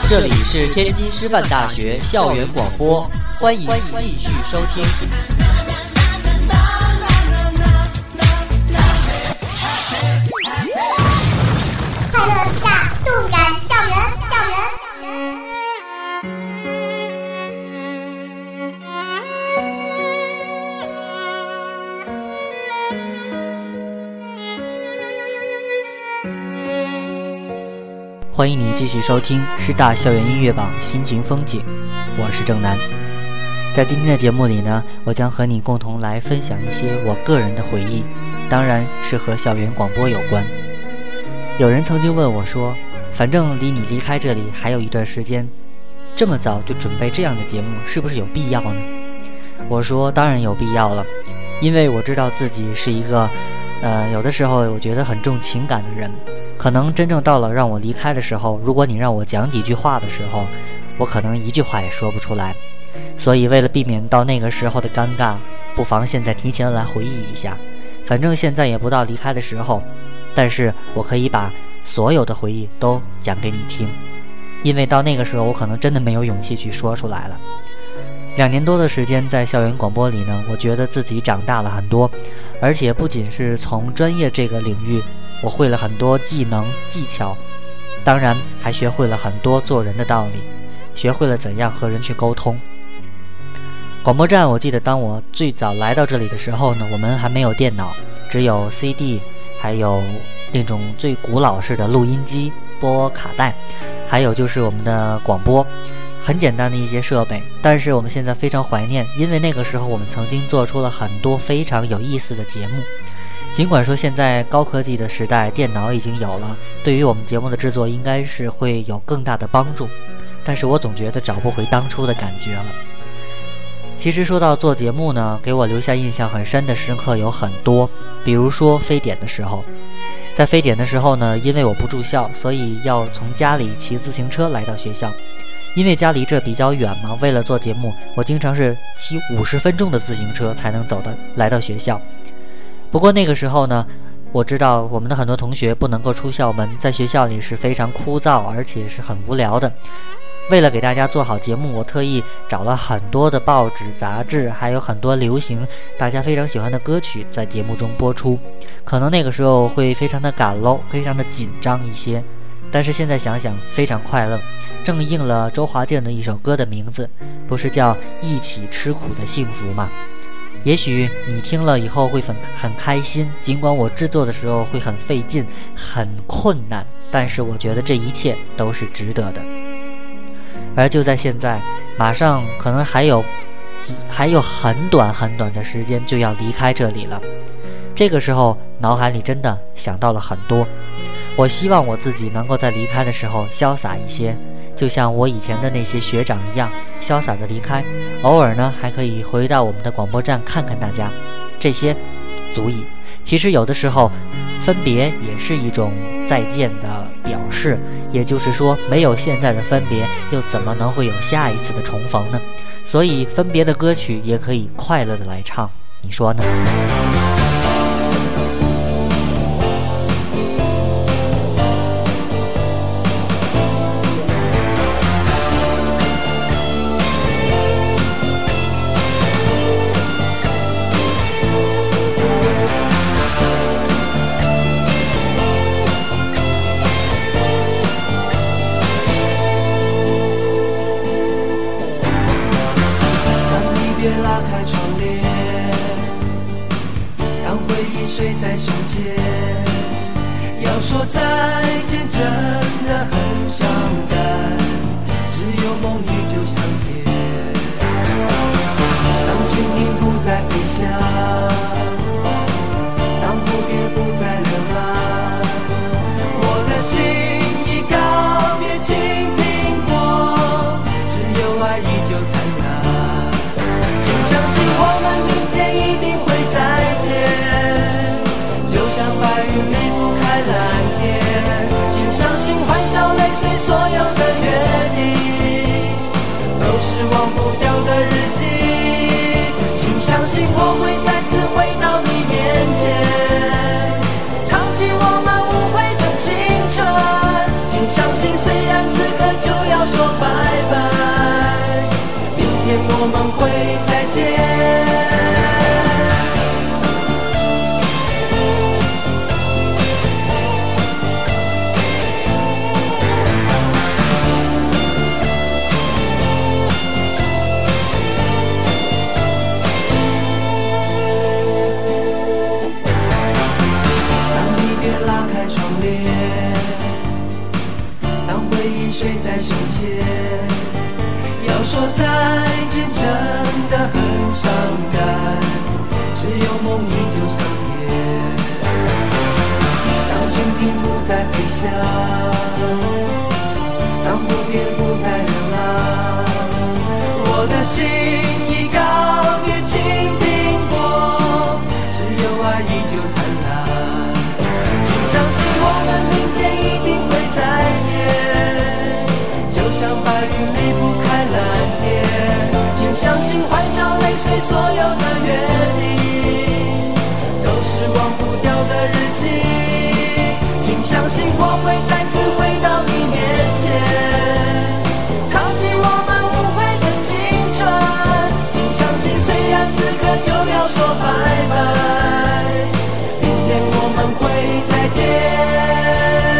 这里是天津师范大学校园广播，欢迎继续收听。 快乐师大动感校园。 欢迎你继续收听师大校园音乐榜心情风景，我是郑楠。在今天的节目里呢，我将和你共同来分享一些我个人的回忆，当然是和校园广播有关。有人曾经问我说，反正离你离开这里还有一段时间，这么早就准备这样的节目是不是有必要呢？我说当然有必要了，因为我知道自己是一个有的时候我觉得很重情感的人，可能真正到了让我离开的时候，如果你让我讲几句话的时候，我可能一句话也说不出来。所以为了避免到那个时候的尴尬，不妨现在提前来回忆一下，反正现在也不到离开的时候，但是我可以把所有的回忆都讲给你听，因为到那个时候我可能真的没有勇气去说出来了。2年多的时间在校园广播里呢，我觉得自己长大了很多，而且不仅是从专业这个领域，我会了很多技能技巧，当然还学会了很多做人的道理，学会了怎样和人去沟通。广播站，我记得当我最早来到这里的时候呢，我们还没有电脑，只有 CD， 还有那种最古老式的录音机播卡带，还有就是我们的广播，很简单的一些设备。但是我们现在非常怀念，因为那个时候我们曾经做出了很多非常有意思的节目。尽管说现在高科技的时代，电脑已经有了，对于我们节目的制作应该是会有更大的帮助，但是我总觉得找不回当初的感觉了。其实说到做节目呢，给我留下印象很深的时刻有很多，比如说非典的时候。在非典的时候呢，因为我不住校，所以要从家里骑自行车来到学校。因为家离这比较远嘛，为了做节目，我经常是骑50分钟的自行车才能来到学校。不过那个时候呢，我知道我们的很多同学不能够出校门，在学校里是非常枯燥而且是很无聊的。为了给大家做好节目，我特意找了很多的报纸杂志，还有很多流行大家非常喜欢的歌曲在节目中播出。可能那个时候会非常的赶喽，非常的紧张一些，但是现在想想非常快乐，正应了周华健的一首歌的名字，不是叫一起吃苦的幸福吗？也许你听了以后会很开心，尽管我制作的时候会很费劲很困难，但是我觉得这一切都是值得的。而就在现在，马上可能还有很短很短的时间就要离开这里了。这个时候脑海里真的想到了很多，我希望我自己能够在离开的时候潇洒一些，就像我以前的那些学长一样潇洒的离开，偶尔呢还可以回到我们的广播站看看大家，这些足以。其实有的时候分别也是一种再见的表示，也就是说没有现在的分别，又怎么能会有下一次的重逢呢？所以分别的歌曲也可以快乐的来唱，你说呢？ 拉开窗帘，当回忆睡在胸前，要说再见真的很伤感，只有梦依旧相贴。当蜻蜓不再飞翔，当蝴蝶不再流浪，我的心已告别青苹果，只有爱依旧灿烂。相信我们明天一定会再见，就像白云离不开蓝天。请相信欢笑泪水所有的约定，都是忘不掉的日记。请相信我会再次回到天。当蜻蜓不再飞翔，当蝴蝶不再流浪，我的心已告别蜻蜓过，只有爱依旧灿烂。请相信我们明天一定会再见，就像白云离不开蓝天。请相信欢笑泪水所有的约定，都是忘不掉的日记。请相信我会再次回到你面前，唱起我们无悔的青春。请相信虽然此刻就要说拜拜，明天我们会再见。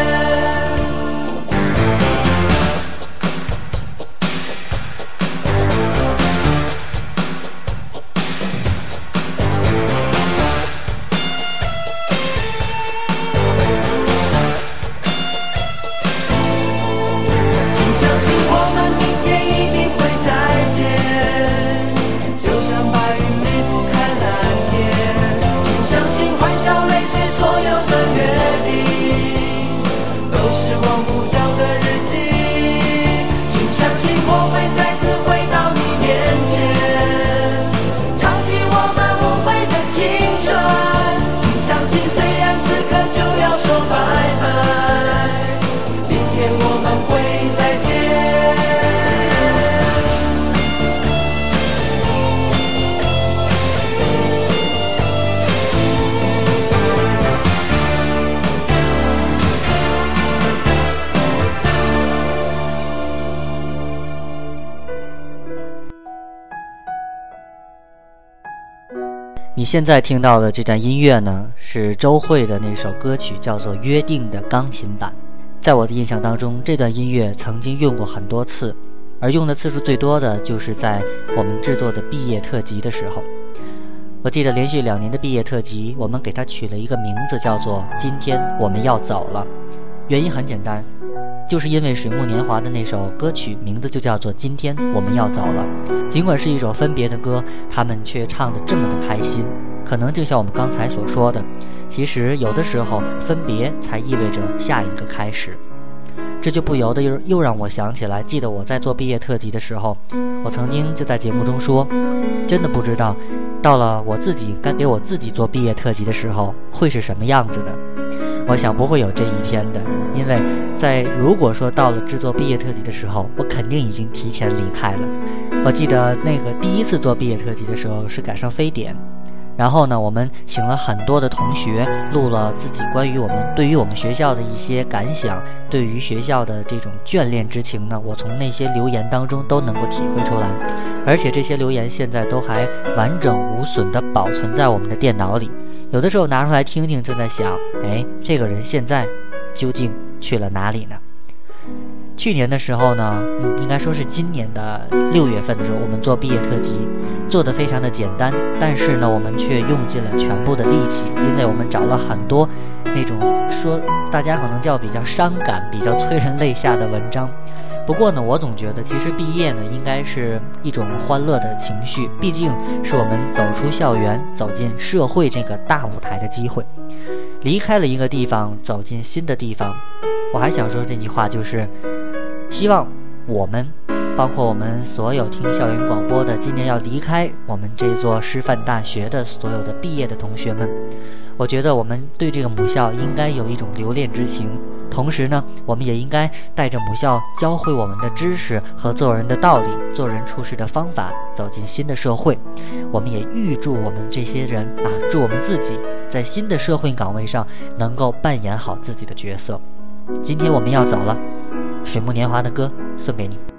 你现在听到的这段音乐呢，是周蕙的那首歌曲，叫做《约定》的钢琴版。在我的印象当中，这段音乐曾经用过很多次，而用的次数最多的就是在我们制作的毕业特辑的时候。我记得连续2年的毕业特辑，我们给它取了一个名字，叫做《今天我们要走了》。原因很简单，就是因为水木年华的那首歌曲名字就叫做《今天我们要走了》。尽管是一首分别的歌，他们却唱得这么的开心。可能就像我们刚才所说的，其实有的时候分别才意味着下一个开始。这就不由得又让我想起来，记得我在做毕业特辑的时候，我曾经就在节目中说，真的不知道到了我自己该给我自己做毕业特辑的时候会是什么样子的。我想不会有这一天的，因为如果说到了制作毕业特辑的时候，我肯定已经提前离开了。我记得那个第一次做毕业特辑的时候是赶上非典，然后呢，我们请了很多的同学录了自己关于对于我们学校的一些感想，对于学校的这种眷恋之情呢，我从那些留言当中都能够体会出来。而且这些留言现在都还完整无损地保存在我们的电脑里，有的时候拿出来听听，就在想，这个人现在究竟去了哪里呢？去年的时候呢，应该说是今年的6月份的时候，我们做毕业特辑做得非常的简单，但是呢，我们却用尽了全部的力气，因为我们找了很多那种说大家可能叫比较伤感、比较催人泪下的文章。不过呢，我总觉得其实毕业呢应该是一种欢乐的情绪，毕竟是我们走出校园走进社会这个大舞台的机会，离开了一个地方走进新的地方。我还想说这句话，就是希望我们包括我们所有听校园广播的今年要离开我们这座师范大学的所有的毕业的同学们，我觉得我们对这个母校应该有一种留恋之情，同时呢，我们也应该带着母校教会我们的知识和做人的道理、做人处事的方法走进新的社会。我们也预祝我们这些人祝我们自己在新的社会岗位上能够扮演好自己的角色。今天我们要走了，水木年华的歌送给你。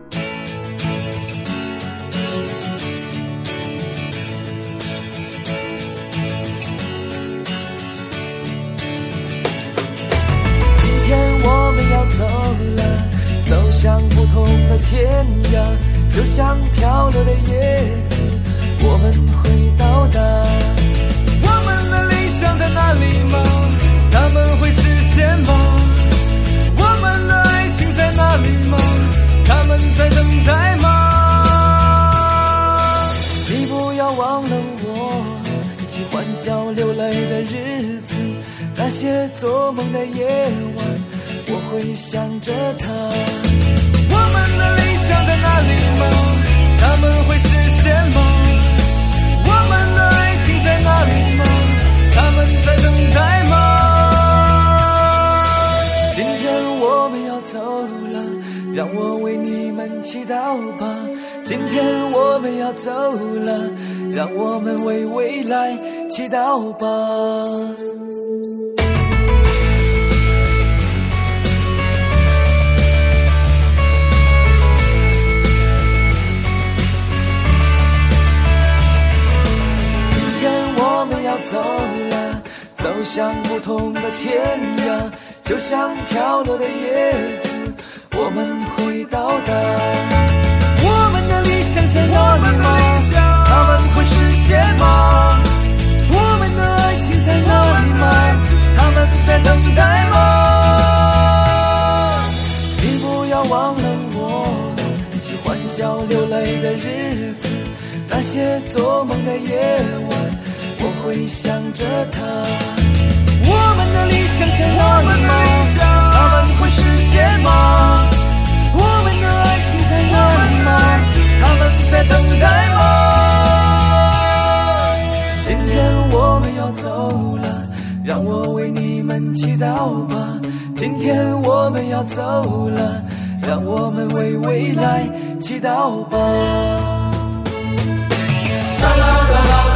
走了，走向不同的天涯，就像飘落的叶子，我们会到达。我们的理想在哪里吗？他们会实现吗？我们的爱情在哪里吗？他们在等待吗？你不要忘了我，一起欢笑流泪的那些做梦的夜晚，我会想着他。我们的理想在哪里吗？他们会实现吗？我们的爱情在哪里吗？他们在等待吗？今天我们要走了，让我为你们祈祷吧。今天我们要走了，让我们为未来祈祷吧。走了，走向不同的天涯，就像飘落的叶子，我们会到达。我们的理想在哪里吗？他们会实现吗？我们的爱情在哪里吗？他们在等待吗？你不要忘了我们一起欢笑流泪的日子，那些做梦的夜晚，我会想着他。我们的理想在哪里吗？他们会实现吗？我们的爱情在哪里吗？他们在等待吗？今天我们要走了，让我为你们祈祷吧。今天我们要走了，让我们为未来祈祷吧。啦啦啦啦。